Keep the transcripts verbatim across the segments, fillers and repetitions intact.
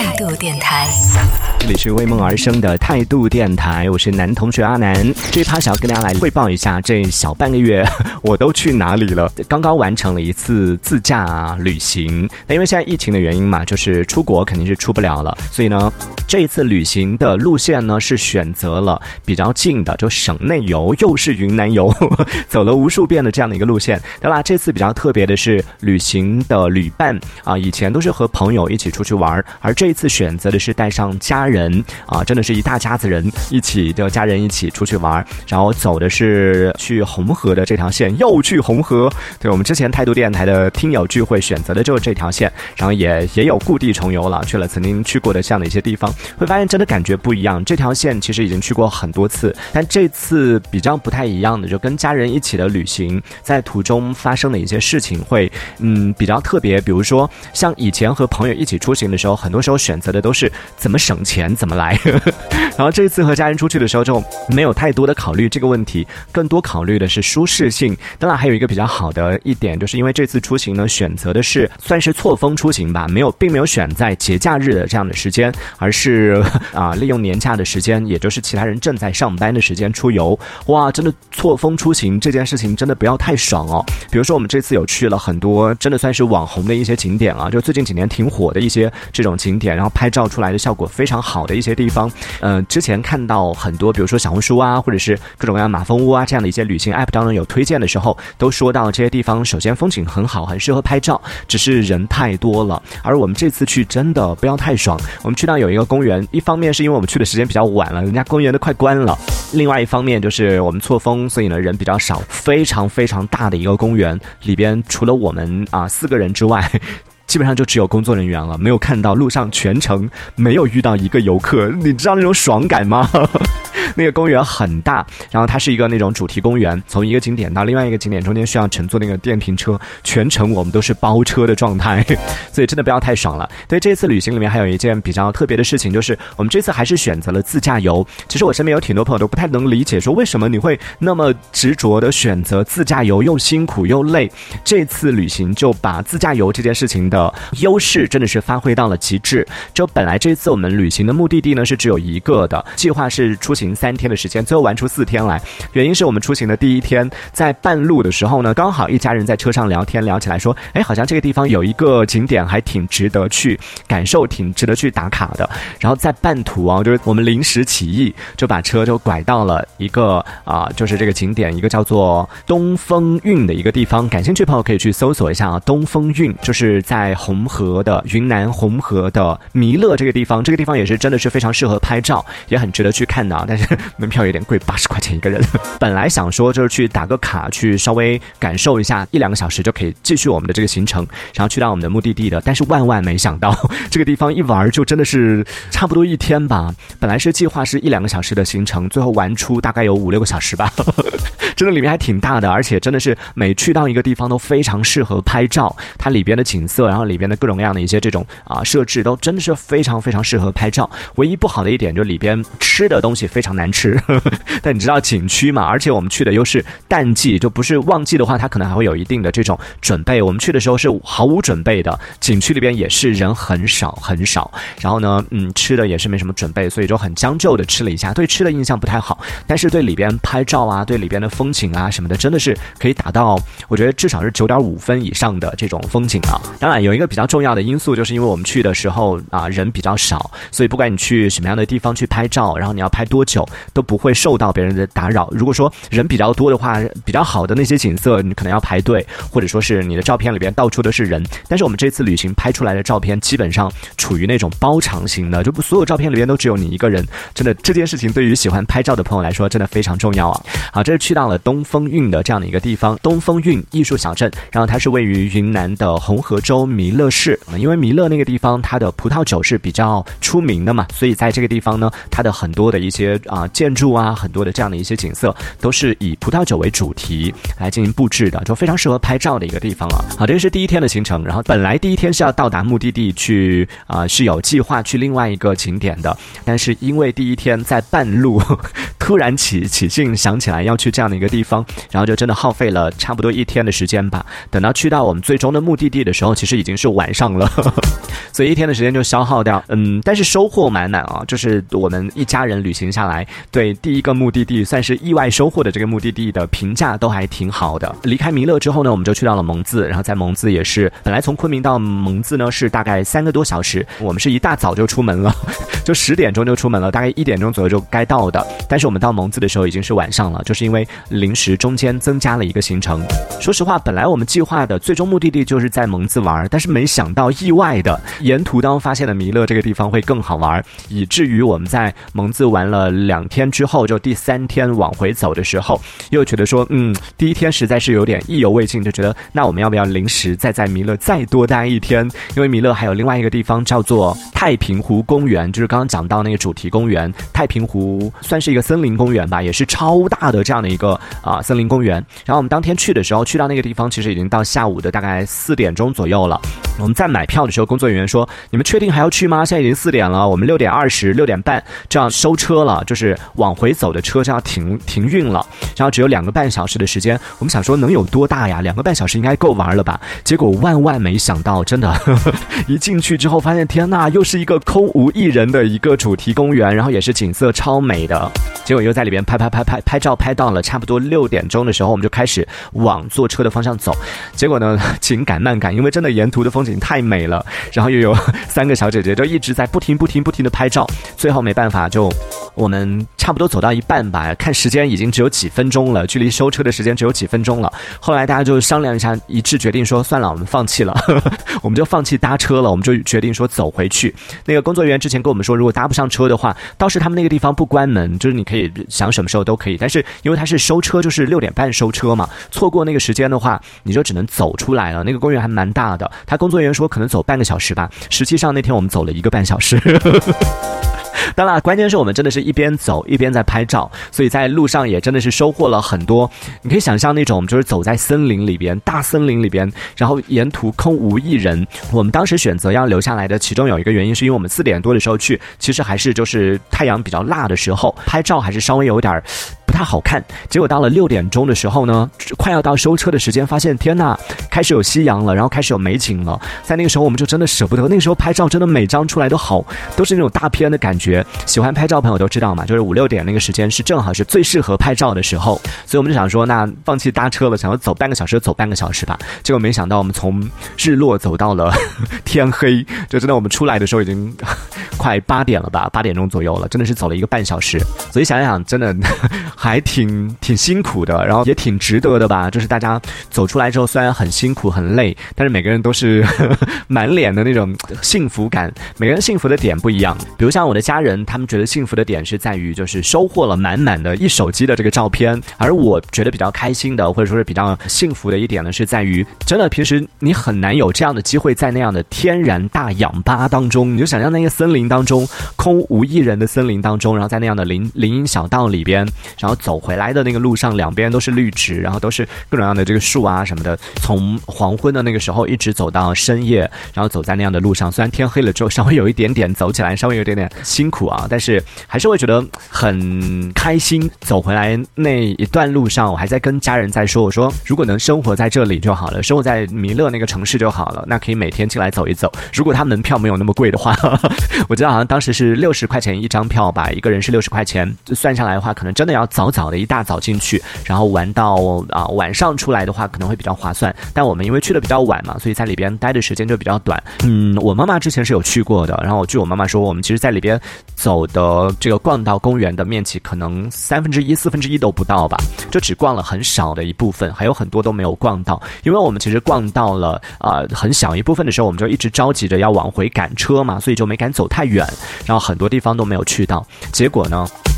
态度电台， 这里是为梦而生的态度电台，我是男同学阿南。这一趴想要跟大家来汇报一下，这小半个月我都去哪里了。刚刚完成了一次自驾旅行，那因为现在疫情的原因嘛，就是出国肯定是出不了了，所以呢这一次旅行的路线呢是选择了比较近的，就省内游，又是云南游，走了无数遍的这样的一个路线。当然这次比较特别的是旅行的旅伴啊，以前都是和朋友一起出去玩，而这一次选择的是带上家人啊，真的是一大家子人一起，就家人一起出去玩，然后走的是去红河的这条线，又去红河。对，我们之前态度电台的听友聚会选择的就是这条线，然后也也有故地重游了，去了曾经去过的这样的一些地方，会发现真的感觉不一样。这条线其实已经去过很多次，但这次比较不太一样的，就跟家人一起的旅行，在途中发生的一些事情会嗯比较特别。比如说像以前和朋友一起出行的时候，很多时候选择的都是怎么省钱怎么来然后这次和家人出去的时候就没有太多的考虑这个问题，更多考虑的是舒适性。当然还有一个比较好的一点，就是因为这次出行呢选择的是算是错峰出行吧，没有并没有选在节假日的这样的时间，而是啊利用年假的时间，也就是其他人正在上班的时间出游。哇，真的错峰出行这件事情真的不要太爽哦。比如说我们这次有去了很多真的算是网红的一些景点啊，就最近几年挺火的一些这种景点，然后拍照出来的效果非常好的一些地方。呃，之前看到很多比如说小红书啊，或者是各种各样马蜂窝啊这样的一些旅行 app 当中有推荐的时候，都说到这些地方首先风景很好，很适合拍照，只是人太多了。而我们这次去真的不要太爽，我们去到有一个公园，一方面是因为我们去的时间比较晚了，人家公园都快关了，另外一方面就是我们错峰，所以呢人比较少，非常非常大的一个公园，里边除了我们啊四个人之外，基本上就只有工作人员了，没有看到路上全程没有遇到一个游客，你知道那种爽感吗？那个公园很大，然后它是一个那种主题公园，从一个景点到另外一个景点中间需要乘坐那个电瓶车，全程我们都是包车的状态，所以真的不要太爽了。对，这次旅行里面还有一件比较特别的事情，就是我们这次还是选择了自驾游。其实我身边有挺多朋友都不太能理解，说为什么你会那么执着的选择自驾游，又辛苦又累。这次旅行就把自驾游这件事情的优势真的是发挥到了极致。就本来这次我们旅行的目的地呢是只有一个的，计划是出行三天的时间，最后玩出四天来。原因是我们出行的第一天在半路的时候呢，刚好一家人在车上聊天，聊起来说，哎，好像这个地方有一个景点还挺值得去感受，挺值得去打卡的。然后在半途啊，就是我们临时起意，就把车就拐到了一个啊、呃，就是这个景点，一个叫做东风韵的一个地方。感兴趣的朋友可以去搜索一下啊，东风韵就是在红河的云南红河的弥勒这个地方。这个地方也是真的是非常适合拍照，也很值得去看的啊。但是门票有点贵，八十块钱一个人。本来想说就是去打个卡，去稍微感受一下，一两个小时就可以继续我们的这个行程，然后去到我们的目的地的。但是万万没想到，这个地方一玩就真的是差不多一天吧。本来是计划是一两个小时的行程，最后玩出大概有五六个小时吧。真的里面还挺大的，而且真的是每去到一个地方都非常适合拍照。它里边的景色，然后里边的各种各样的一些这种啊设置，都真的是非常非常适合拍照。唯一不好的一点就是里边吃的东西非常难吃，但你知道景区嘛，而且我们去的又是淡季，就不是旺季的话，它可能还会有一定的这种准备。我们去的时候是毫无准备的，景区里边也是人很少很少，然后呢，嗯，吃的也是没什么准备，所以就很将就的吃了一下，对吃的印象不太好。但是对里边拍照啊，对里边的风景啊什么的，真的是可以达到，我觉得至少是九点五分以上的这种风景啊。当然有一个比较重要的因素，就是因为我们去的时候啊人比较少，所以不管你去什么样的地方去拍照，然后你要拍多久都不会受到别人的打扰。如果说人比较多的话，比较好的那些景色你可能要排队，或者说是你的照片里边到处都是人。但是我们这次旅行拍出来的照片基本上处于那种包场型的，就不所有照片里边都只有你一个人。真的这件事情对于喜欢拍照的朋友来说真的非常重要啊。好，这是去到了东风韵的这样的一个地方，东风韵艺术小镇，然后它是位于云南的红河州弥勒市。因为弥勒那个地方它的葡萄酒是比较出名的嘛，所以在这个地方呢，它的很多的一些啊、 啊、建筑啊，很多的这样的一些景色都是以葡萄酒为主题来进行布置的，就非常适合拍照的一个地方了。好，这个是第一天的行程。然后本来第一天是要到达目的地去啊、呃，是有计划去另外一个景点的，但是因为第一天在半路突然起起兴想起来要去这样的一个地方，然后就真的耗费了差不多一天的时间吧。等到去到我们最终的目的地的时候，其实已经是晚上了，所以一天的时间就消耗掉。嗯，但是收获满满啊，就是我们一家人旅行下来，对第一个目的地算是意外收获的这个目的地的评价都还挺好的。离开弥勒之后呢，我们就去到了蒙自，然后在蒙自也是本来从昆明到蒙自呢是大概三个多小时，我们是一大早就出门了，就十点钟就出门了，大概一点钟左右就该到的。但是我们到蒙自的时候已经是晚上了，就是因为临时中间增加了一个行程。说实话，本来我们计划的最终目的地就是在蒙自玩，但是没想到意外的沿途当中发现了弥勒这个地方会更好玩，以至于我们在蒙自玩了两天之后，就第三天往回走的时候，又觉得说，嗯，第一天实在是有点意犹未尽，就觉得那我们要不要临时再在弥勒再多待一天？因为弥勒还有另外一个地方叫做太平湖公园，就是刚刚讲到那个主题公园，太平湖算是一个森林公园吧，也是超大的这样的一个啊、呃、森林公园。然后我们当天去的时候，去到那个地方其实已经到下午的大概四点钟左右了。我们在买票的时候，工作人员说：“你们确定还要去吗？现在已经四点了，我们六点二十、六点半这样收车了，就是往回走的车这样停停运了。然后只有两个半小时的时间，我们想说能有多大呀？两个半小时应该够玩了吧？结果万万没想到，真的呵呵一进去之后发现，天哪，又是一个空无一人的一个主题公园，然后也是景色超美的。结果又在里边拍拍拍拍拍照，拍到了差不多六点钟的时候，我们就开始往坐车的方向走。结果呢，紧赶慢赶，因为真的沿途的风景太美了，然后又有三个小姐姐就一直在不停不停不停的拍照，最后没办法，就我们差不多走到一半吧，看时间已经只有几分钟了，距离收车的时间只有几分钟了。后来大家就商量一下，一致决定说算了，我们放弃了呵呵我们就放弃搭车了，我们就决定说走回去。那个工作人员之前跟我们说，如果搭不上车的话，倒是他们那个地方不关门，就是你可以想什么时候都可以，但是因为它是收车，就是六点半收车嘛，错过那个时间的话，你就只能走出来了。那个公园还蛮大的，他工作人员说可能走半个小时吧，实际上那天我们走了一个半小时当然关键是我们真的是一边走一边在拍照，所以在路上也真的是收获了很多。你可以想象那种就是走在森林里边，大森林里边，然后沿途空无一人。我们当时选择要留下来的其中有一个原因是因为我们四点多的时候去，其实还是就是太阳比较辣的时候，拍照还是稍微有点不太好看。结果到了六点钟的时候呢，快要到收车的时间，发现天哪，开始有夕阳了，然后开始有美景了。在那个时候我们就真的舍不得，那个时候拍照真的每张出来都好，都是那种大片的感觉。喜欢拍照朋友都知道嘛，就是五六点那个时间是正好是最适合拍照的时候，所以我们就想说那放弃搭车了，想要走半个小时走半个小时吧。结果没想到我们从日落走到了天黑，就真的我们出来的时候已经快八点了吧，八点钟左右了，真的是走了一个半小时。所以想想真的还挺挺辛苦的，然后也挺值得的吧。就是大家走出来之后虽然很辛苦很累，但是每个人都是满脸的那种幸福感，每个人幸福的点不一样。比如像我的家人，他们觉得幸福的点是在于就是收获了满满的一手机的这个照片，而我觉得比较开心的或者说是比较幸福的一点呢，是在于真的平时你很难有这样的机会在那样的天然大氧吧当中，你就想象那个森林当中，空无一人的森林当中，然后在那样的林林荫小道里边，然后走回来的那个路上两边都是绿植，然后都是各种各样的这个树啊什么的，从黄昏的那个时候一直走到深夜，然后走在那样的路上，虽然天黑了之后稍微有一点点走起来稍微有一点点辛苦啊，但是还是会觉得很开心。走回来那一段路上，我还在跟家人在说，我说如果能生活在这里就好了，生活在弥勒那个城市就好了，那可以每天进来走一走。如果他门票没有那么贵的话，我知道好像当时是六十块钱一张票吧，一个人是六十块钱，算下来的话可能真的要早早的一大早进去，然后玩到啊、呃、晚上出来的话可能会比较划算。但我们因为去的比较晚嘛，所以在里边待的时间就比较短。嗯，我妈妈之前是有去过的，然后据我妈妈说，我们其实在里边走的这个逛到公园的面积可能三分之一、四分之一都不到吧，就只逛了很少的一部分，还有很多都没有逛到。因为我们其实逛到了呃很小一部分的时候，我们就一直着急着要往回赶车嘛，所以就没敢走太远，然后很多地方都没有去到。结果呢，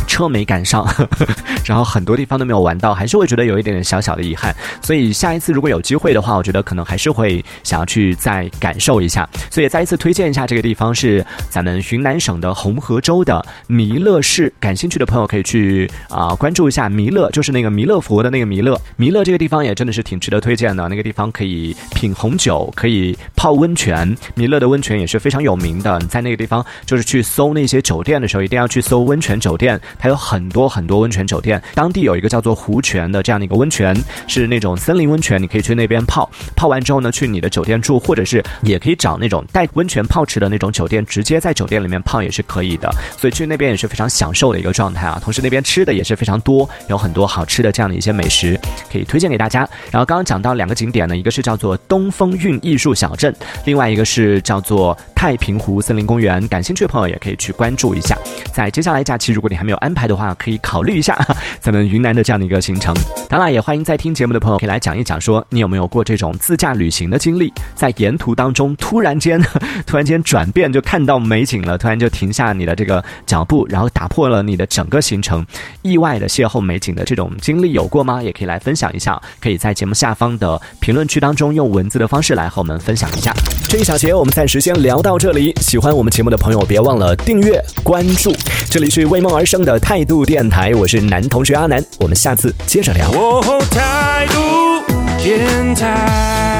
车没赶上，呵呵，然后很多地方都没有玩到，还是会觉得有一点点小小的遗憾。所以下一次如果有机会的话，我觉得可能还是会想要去再感受一下。所以也再一次推荐一下这个地方，是咱们云南省的红河州的弥勒市。感兴趣的朋友可以去啊、呃、关注一下弥勒，就是那个弥勒佛的那个弥勒。弥勒这个地方也真的是挺值得推荐的，那个地方可以品红酒，可以泡温泉。弥勒的温泉也是非常有名的，你在那个地方就是去搜那些酒店的时候，一定要去搜温泉酒店，它有很多很多温泉酒店。当地有一个叫做湖泉的这样的一个温泉，是那种森林温泉，你可以去那边泡，泡完之后呢，去你的酒店住，或者是也可以找那种带温泉泡池的那种酒店，直接在酒店里面泡也是可以的。所以去那边也是非常享受的一个状态啊。同时那边吃的也是非常多，有很多好吃的这样的一些美食可以推荐给大家。然后刚刚讲到两个景点呢，一个是叫做东风韵艺术小镇，另外一个是叫做太平湖森林公园。感兴趣的朋友也可以去关注一下。在接下来假期，如果你还没有安排的话，可以考虑一下咱们云南的这样的一个行程。当然也欢迎在听节目的朋友可以来讲一讲，说你有没有过这种自驾旅行的经历，在沿途当中突然间突然间转变，就看到美景了，突然就停下你的这个脚步，然后打破了你的整个行程，意外的邂逅美景的这种经历有过吗？也可以来分享一下，可以在节目下方的评论区当中用文字的方式来和我们分享一下。这一小节我们暂时先聊到这里，喜欢我们节目的朋友别忘了订阅关注。这里是为梦而生的态度电台，我是男同学阿南，我们下次接着聊。 哦，态度电台。